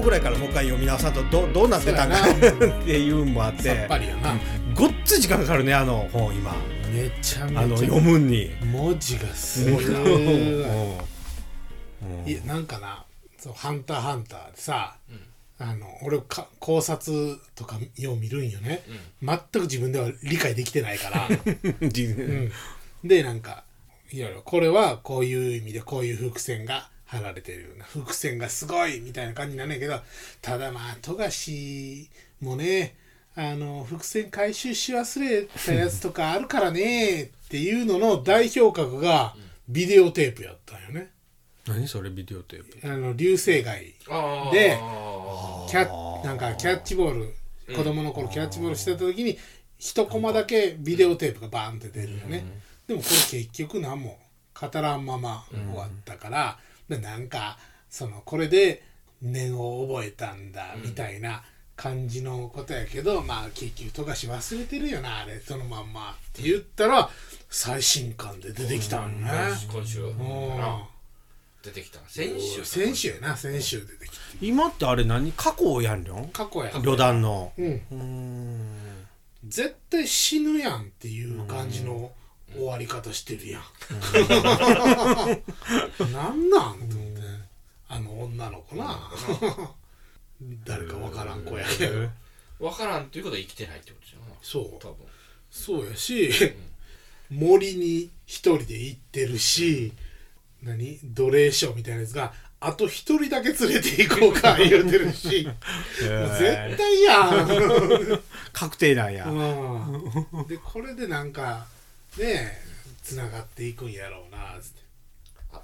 ぐらいからもう一回読み直さんとどうなってたんかっていうのもあってさっぱりやな、 ごっつい時間かかるね、あの本今めちゃめちゃ読むんに文字がすごいいやなんかな、そうハンターハンターでさ、俺考察とかよう見るんよね、全く自分では理解できてないから、でなんかいろいろこれはこういう意味でこういう伏線が貼られてるような伏線がすごいみたいな感じになんねんけど、ただまあ富樫もね伏線回収し忘れたやつとかあるからねっていうのの代表格がビデオテープやったんよね。 何それビデオテープ？ 流星街でなんかキャッチボール、子供の頃キャッチボールしてた時に一コマだけビデオテープがバーンって出るよね、でもこれ結局何も語らんまま終わったから、でなんかこれで念を覚えたんだみたいな感じのことやけど、まあ結局富樫忘れてるよなあれそのまんまって言ったら最新刊で出てきたんね、 今週出てきた。先週やな、先週出てきた。 今ってあれ何過去をやんりょん？ 過去や旅団の絶対死ぬやんっていう感じの終わり方してるやん、なんなんと思って、あの女の子な誰かわからん子やけど、 わからんっていうことは生きてないってことじゃな。 そう多分そうやし、森に一人で行ってるし、奴隷商みたいなやつがあと一人だけ連れて行こうか言うてるしもう絶対やん確定なんや、 でこれでなんかねつながっていくんやろうなつって、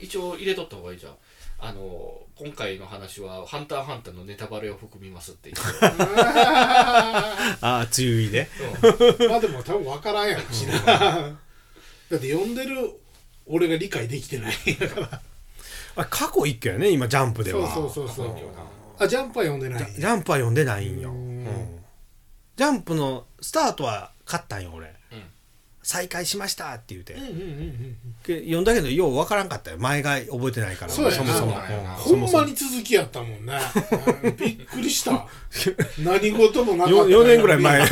一応入れとった方がいいじゃん。今回の話はハンターハンターのネタバレを含みますって言ってああ梅雨入りでまあでも多分分からんやろしなだって読んでる俺が理解できてないからあ過去一挙やね今ジャンプでは。 そうあジャンプは読んでない。 ジャンプは読んでないんよ、ジャンプのスタートは買ったんよ俺、再開しましたって言うて、読んだけどよう分からんかったよ、前が覚えてないから。 そうやな、 そもそも、 ほんまに続きやったもんねびっくりした何事もなかった 4年ぐらい前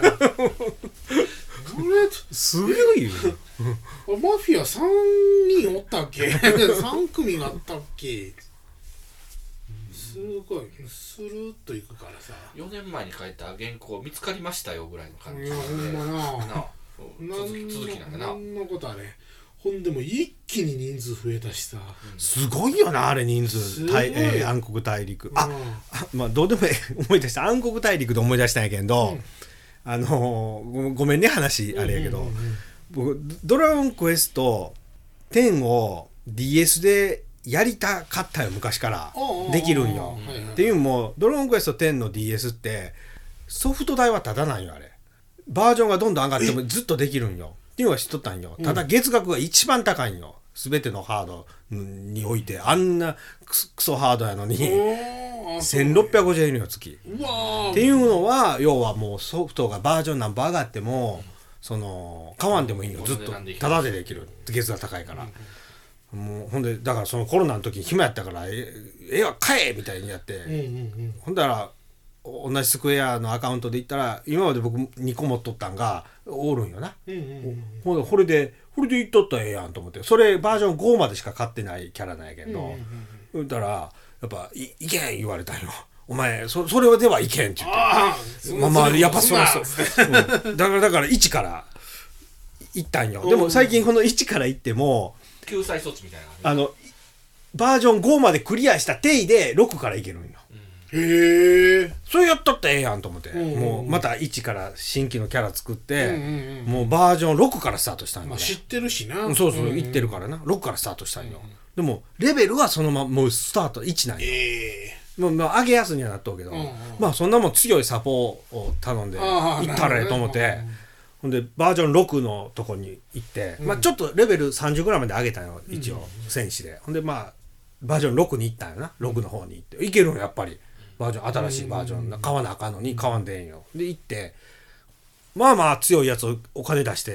これすごいよマフィア3人おったっけ3組があったっけ、すごいスルーっといくからさ、 4年前に書いた原稿見つかりましたよぐらいの感じいやほんまな続きなんだな。 そんなことあれほんでも一気に人数増えたしさ、 すごいよなあれ人数、暗黒大陸、まあどうでも思い出した、暗黒大陸で思い出したんやけど、ごめんね話あれやけど、僕ドラゴンクエスト10を DS でやりたかったよ昔からできるんよ、っていうのもドラゴンクエスト10の DS ってソフト代はタダなんよ、あれバージョンがどんどん上がってもずっとできるんよっていうのは知っとったんよ。ただ月額が一番高いんよ、全てのハードにおいて。あんなクソハードやのに1650円の月っていうのは、要はもうソフトがバージョン何本上がっても買わんでもいいよ、ずっとタダでできる、月が高いから、もうほんでだからそのコロナの時に暇やったから絵は買えみたいにやって、ほんだら同じスクエアのアカウントで言ったら今まで僕2個持っとったんがおるんよな、ほんでこれで言っとったらええやんと思って、それバージョン5までしか買ってないキャラなんやけど、言ったらやっぱいけん言われたんよ、お前それではいけんって言って、まあやっぱそうだから1から行ったんよ。でも最近この1から行っても救済措置みたいなバージョン5までクリアした定位で6からいけるんよ。 へえ、 それやったってええやんと思って、もうまた1から新規のキャラ作って、もうバージョン6からスタートしたんよ、 まあ、知ってるしな、 そう言ってるからな、6からスタートしたんよ、でもレベルはそのままもうスタート1なんよ、もう上げやすにはなっとうけど、まあそんなもん強いサポを頼んで行ったらええと思って、ほんでバージョン6のとこに行って、まあちょっとレベル30ぐらいまで上げたよ一応、戦士で。ほんでまあバージョン6に行ったんよな、6の方に行っていけるのやっぱりバージョン新しいバージョン買わなあかんのに買わんでええんよ。で行ってまあ強いやつをお金出して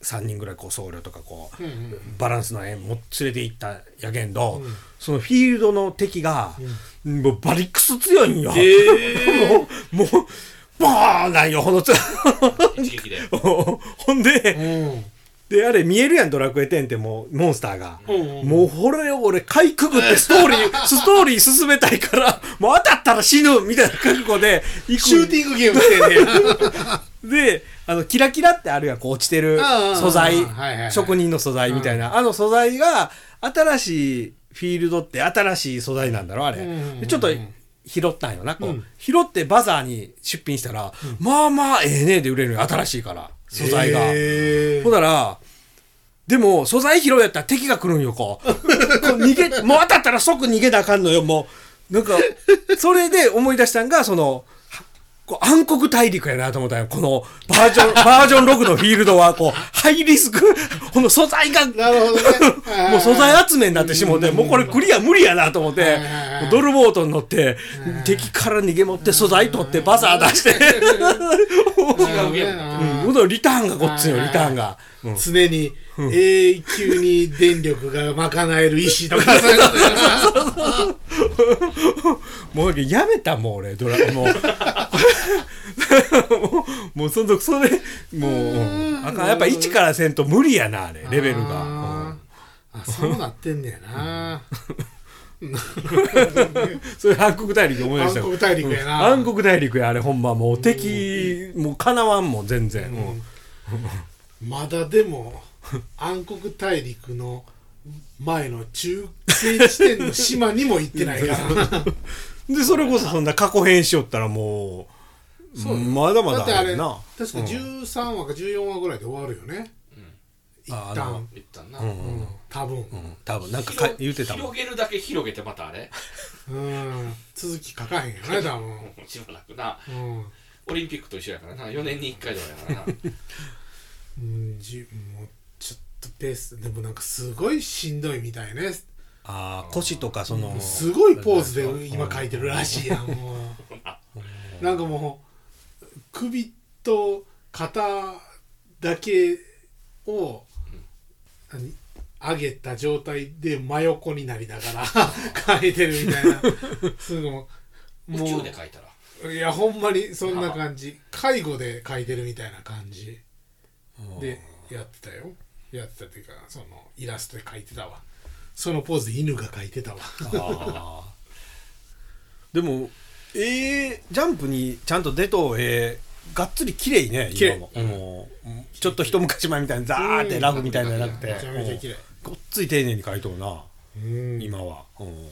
3人ぐらいこう僧侶とかこう、 うんうんバランスの円も連れて行ったんやけんど、そのフィールドの敵が、もうバリクス強いんよ、もうバーンなんよほんの一撃でほんで、であれ見えるやんドラクエ10ってもうモンスターが、もうこれを俺かいくぐってストーリー進めたいからもう当たったら死ぬみたいな覚悟で行くシューティングゲームしてんねでキラキラってあるやんこう落ちてる素材、 はいはい、 職人の素材みたいな、素材が新しいフィールドって新しい素材なんだろあれ、でちょっと拾ったんよなこう、拾ってバザーに出品したら、まあまあええねで売れるよ新しいから素材が、ほんだらでも素材拾いやったら敵が来るんよこう逃げもう当たったら即逃げなあかんのよもうなんかそれで思い出したんがその暗黒大陸やなと思ったよこのバージョン6のフィールドはこうハイリスクこの素材がなるほどねもう素材集めになってしもうてもうこれクリア無理やなと思ってドルボートに乗って敵から逃げ持って素材取ってバザー出してリターンがこっちよリターンが常に永久に電力が賄える石とかそういうことやなもうやめたもう俺ドラもうもうそれもうあかんやっぱ1からせんと無理やなあれレベルがそうなってんねやなそれ暗黒大陸思い出した暗黒大陸やな暗黒大陸やあれほんまもう敵もうかなわんもん全然、 まだでも暗黒大陸の前の中継地点の島にも行ってないからでそれこそそんな過去編しよったらもうまだまだだってあれな確か13話か14話ぐらいで終わるよね、一旦な、 多分なんか言ってたもん広げるだけ広げてまたあれ続き書かへんよね多分しばらくな、オリンピックと一緒やからな4年に1回とかやからなもうちょっとペースでもなんかすごいしんどいみたいね腰とかそのすごいポーズで今書いてるらしいやんもうなんかもう首と肩だけを上げた状態で真横になりながら書いてるみたいなすごいもう宇宙で書いたらいやほんまにそんな感じ介護で書いてるみたいな感じでやってたよやってたっていうかそのイラストで書いてたわそのポーズで犬が書いてたわでもジャンプにちゃんと出とがっつり綺麗ね今も、ちょっと一昔前みたいにザーってラフみたいなのじゃなくてめちゃめちゃ綺麗ごっつい丁寧に書いとるな今は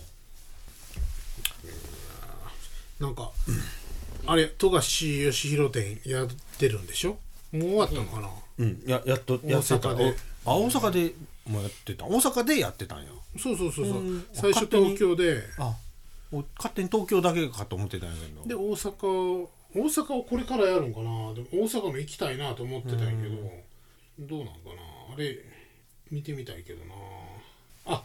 なんかあれ富樫義弘展やってるんでしょもう終わったのかなやっとやってた大阪でもやってた大阪でやってたんやそう最初東京で勝手に東京だけかと思ってたんやけどで大阪をこれからやるんかなでも大阪も行きたいなと思ってたんやけどどうなんかなあれ見てみたいけどな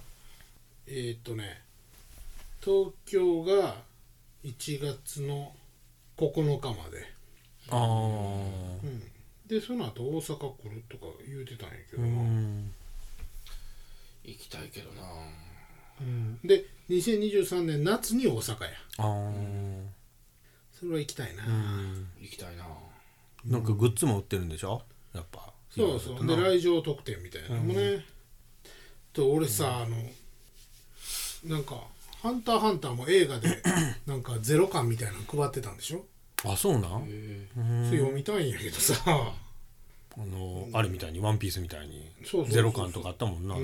東京が1月の9日まででその後大阪来るとか言うてたんやけどな行きたいけどなで2023年夏に大阪やそれは行きたいな行きたいななんかグッズも売ってるんでしょやっぱそうで来場特典みたいなのもねと俺さなんかハンターハンターも映画でなんかゼロ感みたいなの配ってたんでしょそうなんそれ読みたいんやけどさあれみたいにワンピースみたいにゼロ感とかあったもんな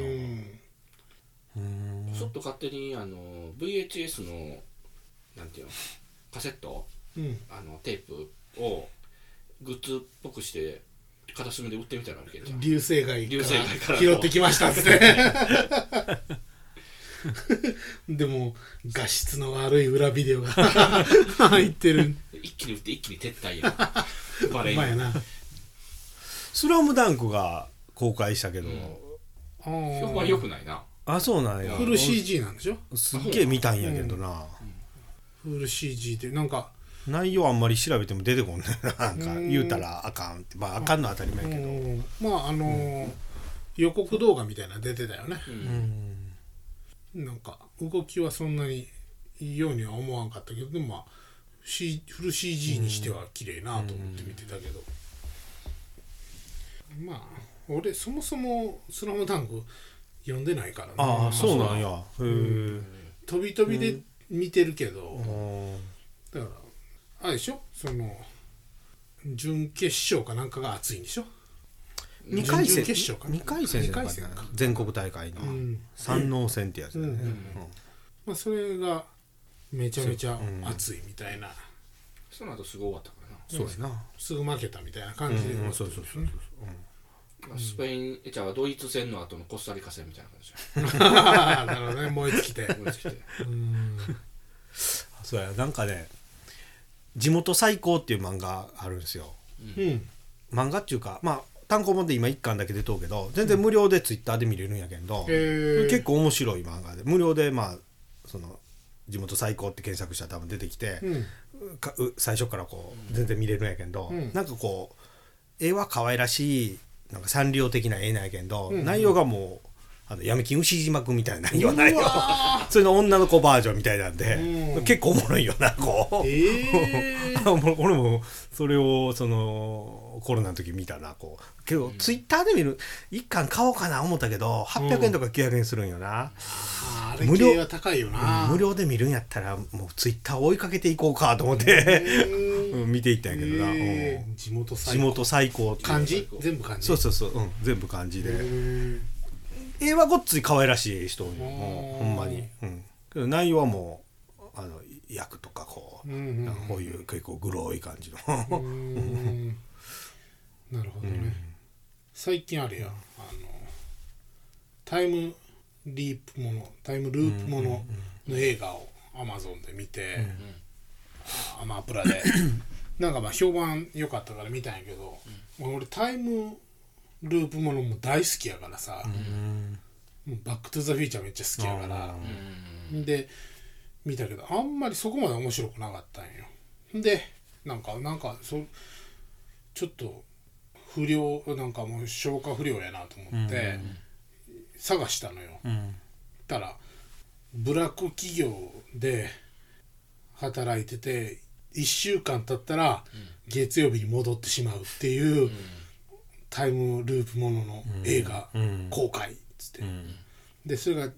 ちょっと勝手にVHS のなんていうのカセット、テープをグッズっぽくして片隅で売ってみたらあるけど流星街から拾ってきましたっつってでも画質の悪い裏ビデオが入ってる一気に売って一気に撤退やバレやなスラムダンクが公開したけど、 評判良くないなそうなんやフル CG なんでしょすっげえ見たんやけどな、 フル CG ってなんか内容あんまり調べても出てこんねなんか言うたらあかんって、まああかんのは当たり前やけど、 まあ予告動画みたいなの出てたよね、なんか動きはそんなにいいようには思わんかったけど、でもまあ、フル CG にしては綺麗なと思って見てたけど、まあ俺そもそもスラムダンク読んでないからね。 ああそうなんや。へえ。 飛び飛びで見てるけど、だからあれでしょ、その準決勝かなんかが熱いんでしょ。 2回戦決勝か 2回戦か全国大会の山王戦ってやつだね。 まあそれがめちゃめちゃ熱いみたいな。 その後すぐ終わったからな。 そうですな。 すぐ負けたみたいな感じで。 そうそうそう。 スペインじゃあドイツ戦の後のコスタリカ戦みたいな感じなるほどね、燃え尽きてそうや、なんかね地元最高っていう漫画あるんですよ、漫画っていうかまあ単行本で今1巻だけ出とうけど全然無料でツイッターで見れるんやけど、結構面白い漫画で無料でまあその地元最高って検索したら多分出てきて、最初からこう全然見れるんやけど、なんかこう絵は可愛らしいなんかサンリオ的な絵なんやけど、内容がもう闇金牛島くんみたいな内容ないよそれの女の子バージョンみたいなんで、結構おもろいよなこう、俺もそれをそのコロナの時見たなこうけど、ツイッターで見る1巻買おうかな思ったけど800円とか900円するんよな、 あれ系は高いよな、 無料で見るんやったらもうツイッター追いかけていこうかと思って見ていったんやけどな、 地元最高って漢字全部漢字、 そう、全部漢字で絵はごっつい可愛らしい人もうほんまに、けど内容はもう役とかこう、こういう結構グロい感じのなるほどね、最近あれやタイムループものの映画を Amazon で見て、アマプラでなんかまあ評判良かったから見たんやけど、俺タイムループものも大好きやからさ、バックトゥザフューチャーめっちゃ好きやから、で見たけどあんまりそこまで面白くなかったんよ。でなんかちょっと不良なんかもう消化不良やなと思って探したのよ、たらブラック企業で働いてて1週間経ったら月曜日に戻ってしまうっていうタイムループものの映画公開っつって、でそれが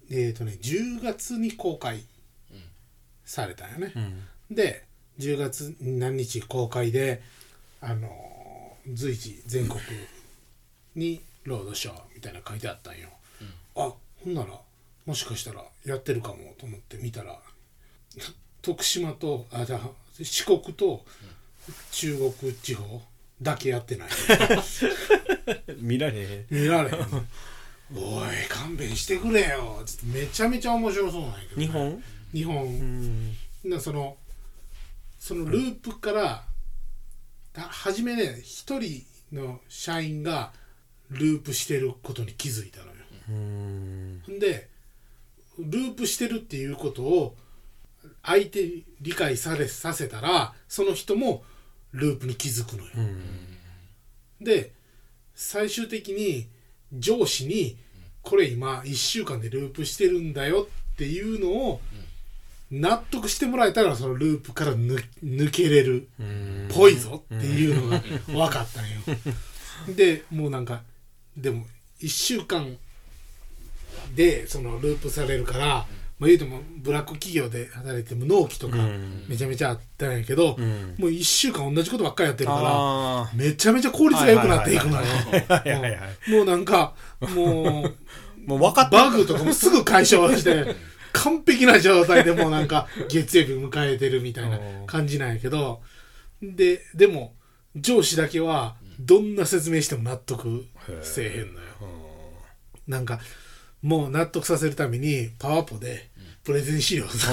10月に公開されたんよね、で10月何日公開で随時全国にロードショーみたいな書いてあったんよ、あほんならもしかしたらやってるかもと思って見たら徳島と四国と中国地方だけやってない見られへんおい勘弁してくれよつってめちゃめちゃ面白そうなんやけど、ね、日本そのループから初めね一人の社員がループしてることに気づいたのよ。でループしてるっていうことを相手に理解させたらその人もループに気づくのよ。で最終的に上司にこれ今1週間でループしてるんだよっていうのを納得してもらえたらそのループから抜けれるぽいぞっていうのが分かったんよ。でもうなんかでも1週間でそのループされるから、まあ、言うてもブラック企業で働いても納期とかめちゃめちゃあったんやけど、もう1週間同じことばっかりやってるからめちゃめちゃ効率が良くなっていくのよ。もうなんかもう分かったバグとかもすぐ解消して完璧な状態でもうなんか月曜日迎えてるみたいな感じなんやけど、でも上司だけはどんな説明しても納得せえへんのよ。なんかもう納得させるためにパワポでプレゼン資料をル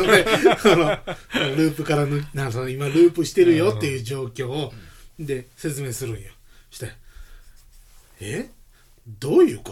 ープからなんか今ループしてるよっていう状況をで説明するんよ。してどういうこと?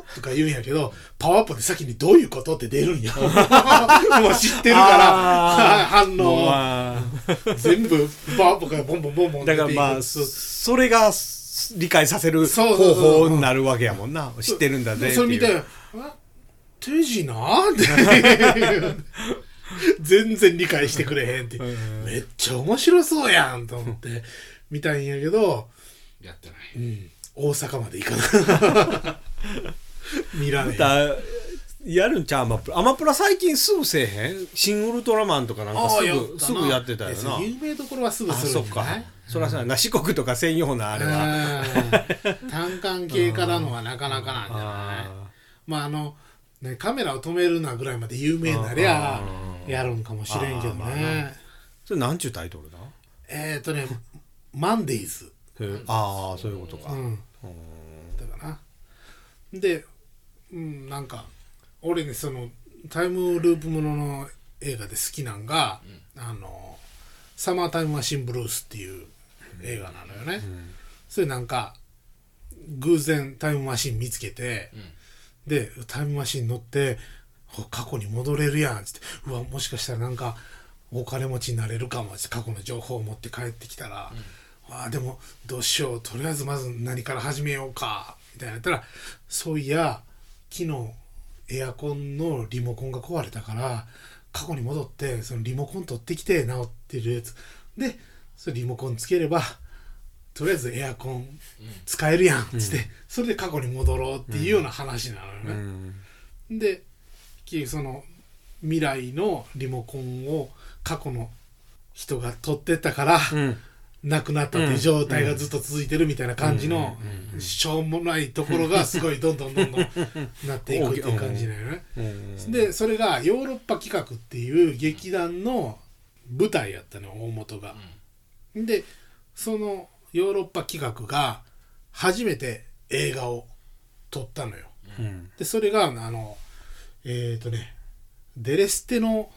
とか言うんやけど、パワーポで先にどういうことって出るんや。もう知ってるから反応全部パワーポからボンボンボンボンだからまあそれが理解させる方法になるわけやもんな。知ってるんだね。 それ見て手品って全然理解してくれへんってめっちゃ面白そうやんと思って見たいんやけどやってない、 大阪まで行かない見られへん。 やるんちゃうアマプラ最近すぐせえへん新ウルトラマンとかなんかすぐやってたよな。 有名どころはすぐするんじゃない？ そりゃそうやな。四国とか専用なあれは単管系からのはなかなかなんじゃない？まあね、カメラを止めるなぐらいまで有名になりゃやるんかもしれんけどね。 それなんちゅうタイトルだ？ マンデイズ。 ああそういうことか。 だからな。で、なんか俺ねそのタイムループものの映画で好きなんが、サマータイムマシンブルースっていう映画なのよね。それなんか偶然タイムマシン見つけて、でタイムマシン乗って過去に戻れるやんっつって、うわもしかしたらなんかお金持ちになれるかもって過去の情報を持って帰ってきたら、でもどうしよう、とりあえずまず何から始めようかみたいなやったら、そういや昨日エアコンのリモコンが壊れたから過去に戻ってそのリモコン取ってきて直ってるやつで、それリモコンつければとりあえずエアコン使えるやんっつって、それで過去に戻ろうっていうような話なのよね。でその未来のリモコンを過去の人が取ってったから、なくなったっていう状態がずっと続いてるみたいな感じのしょうもないところがすごいどんどんなっていくっていう感じなのね。でそれがヨーロッパ企画っていう劇団の舞台やったの大元が。でそのヨーロッパ企画が初めて映画を撮ったのよ。でそれがデレステの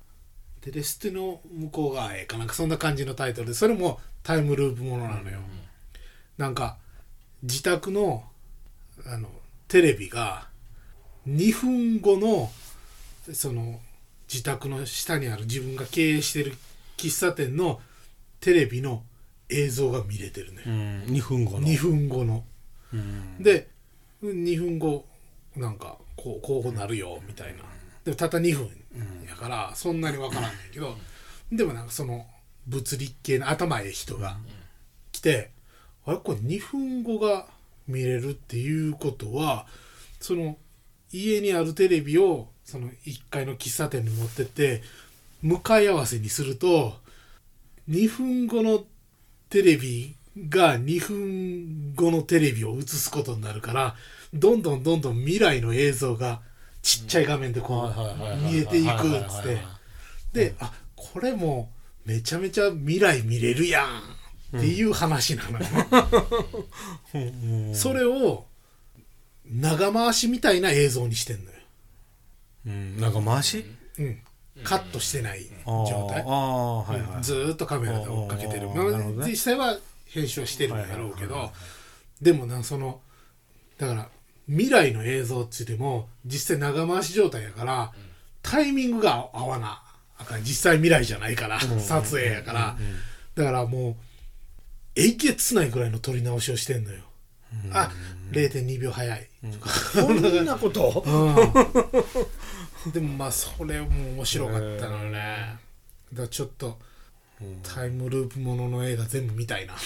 向こう側へかなんかそんな感じのタイトルで、それもタイムループものなのよ。なんか自宅のテレビが2分後のその自宅の下にある自分が経営してる喫茶店のテレビの映像が見れてるね。 2分後ので2分後なんかこうなるよみたいな。でもたった2分やからそんなに分からんねんけど、でもなんかその物理系の頭いい人が来て、あれこれ2分後が見れるっていうことは、その家にあるテレビをその1階の喫茶店に持ってって向かい合わせにすると、2分後のテレビが2分後のテレビを映すことになるから、どんどん未来の映像がちっちゃい画面でこう見えていくっつって、でこれもめちゃめちゃ未来見れるやんっていう話なのよ。それを長回しみたいな映像にしてんのよ。 長回し？ カットしてない状態。ずーっとカメラで追っかけてる。実際は編集はしてるんだろうけど、でもだから未来の映像って言っても実際長回し状態やから、タイミングが合わなあかん。実際未来じゃないから撮影やから、だからもうえげつないぐらいの撮り直しをしてんのよ。0.2 秒早いとかこんなこと、 でもまあそれも面白かったのよね。だからちょっとタイムループものの映画全部見たいな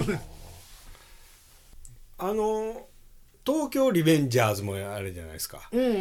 東京リベンジャーズもあれじゃないですか。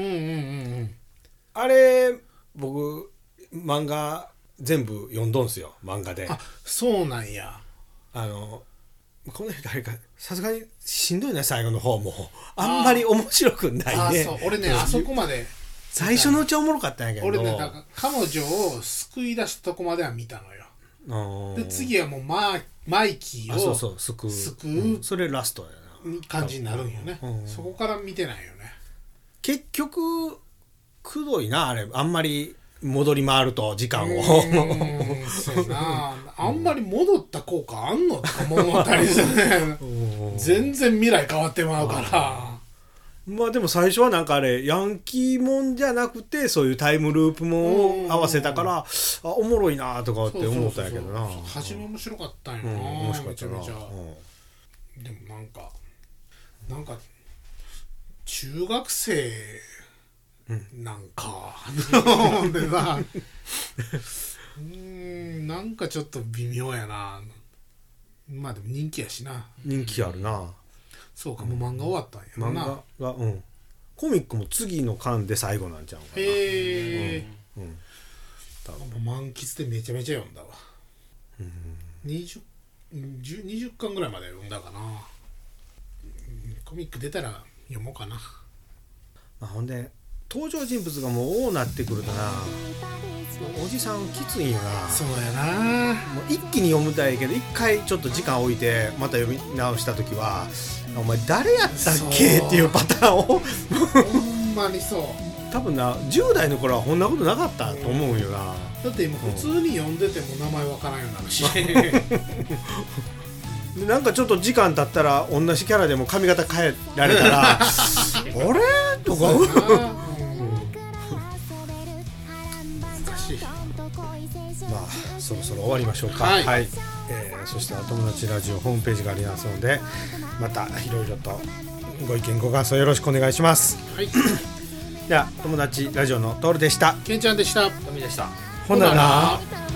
ああれ僕漫画全部読んどんすよ、漫画で。 そうなんや。 この人誰かさすがにしんどいね、最後の方もあんまり面白くないね。 そう俺ねあそこまで最初のうちはおもろかったんやけど、 俺ねだから彼女を救い出したとこまでは見たのよ。で次はもうマイキーを救うそれラストやな感じになるんよね。そこから見てないよね。 結局くどいなあれ、あんまり戻り回ると時間をそうなあんまり戻った効果あんのとか思ったりしてね全然未来変わってまうからまあでも最初はなんかあれヤンキーもんじゃなくてそういうタイムループもんを合わせたからおもろいなとかって思ったんやけどな。 初め面白かったんよな、 面白かったな。 めちゃめちゃ、でもなんか中学生なんか、でさなんかちょっと微妙やな。まあでも人気やしな。 人気あるな。 そうか、もう漫画終わったんやろな。 漫画がコミックも次の巻で最後なんちゃうかな。 へえ。満喫でめちゃめちゃ読んだわ。20巻ぐらいまで読んだかな。コミック出たら読もうかな。 まあ、ほんで登場人物がもう多なってくるとな、おじさんきついんよな。 そうやな。 もう一気に読むたいけど一回ちょっと時間置いてまた読み直した時はお前誰やったっけっていうパターンをほんまにそう。 多分な10代の頃はこんなことなかったと思うよな。 だって今普通に読んでても名前わからんようになるし、 なんかちょっと時間経ったら同じキャラでも髪型変えられたらあれとか難しい。 まあそろそろ終わりましょうか。 はい、 そしてお友達ラジオホームページがありますのでまたいろいろとご意見ご感想よろしくお願いします。 はい、 では友達ラジオのトールでした。 けんちゃんでした。 富でした。 ほんなら。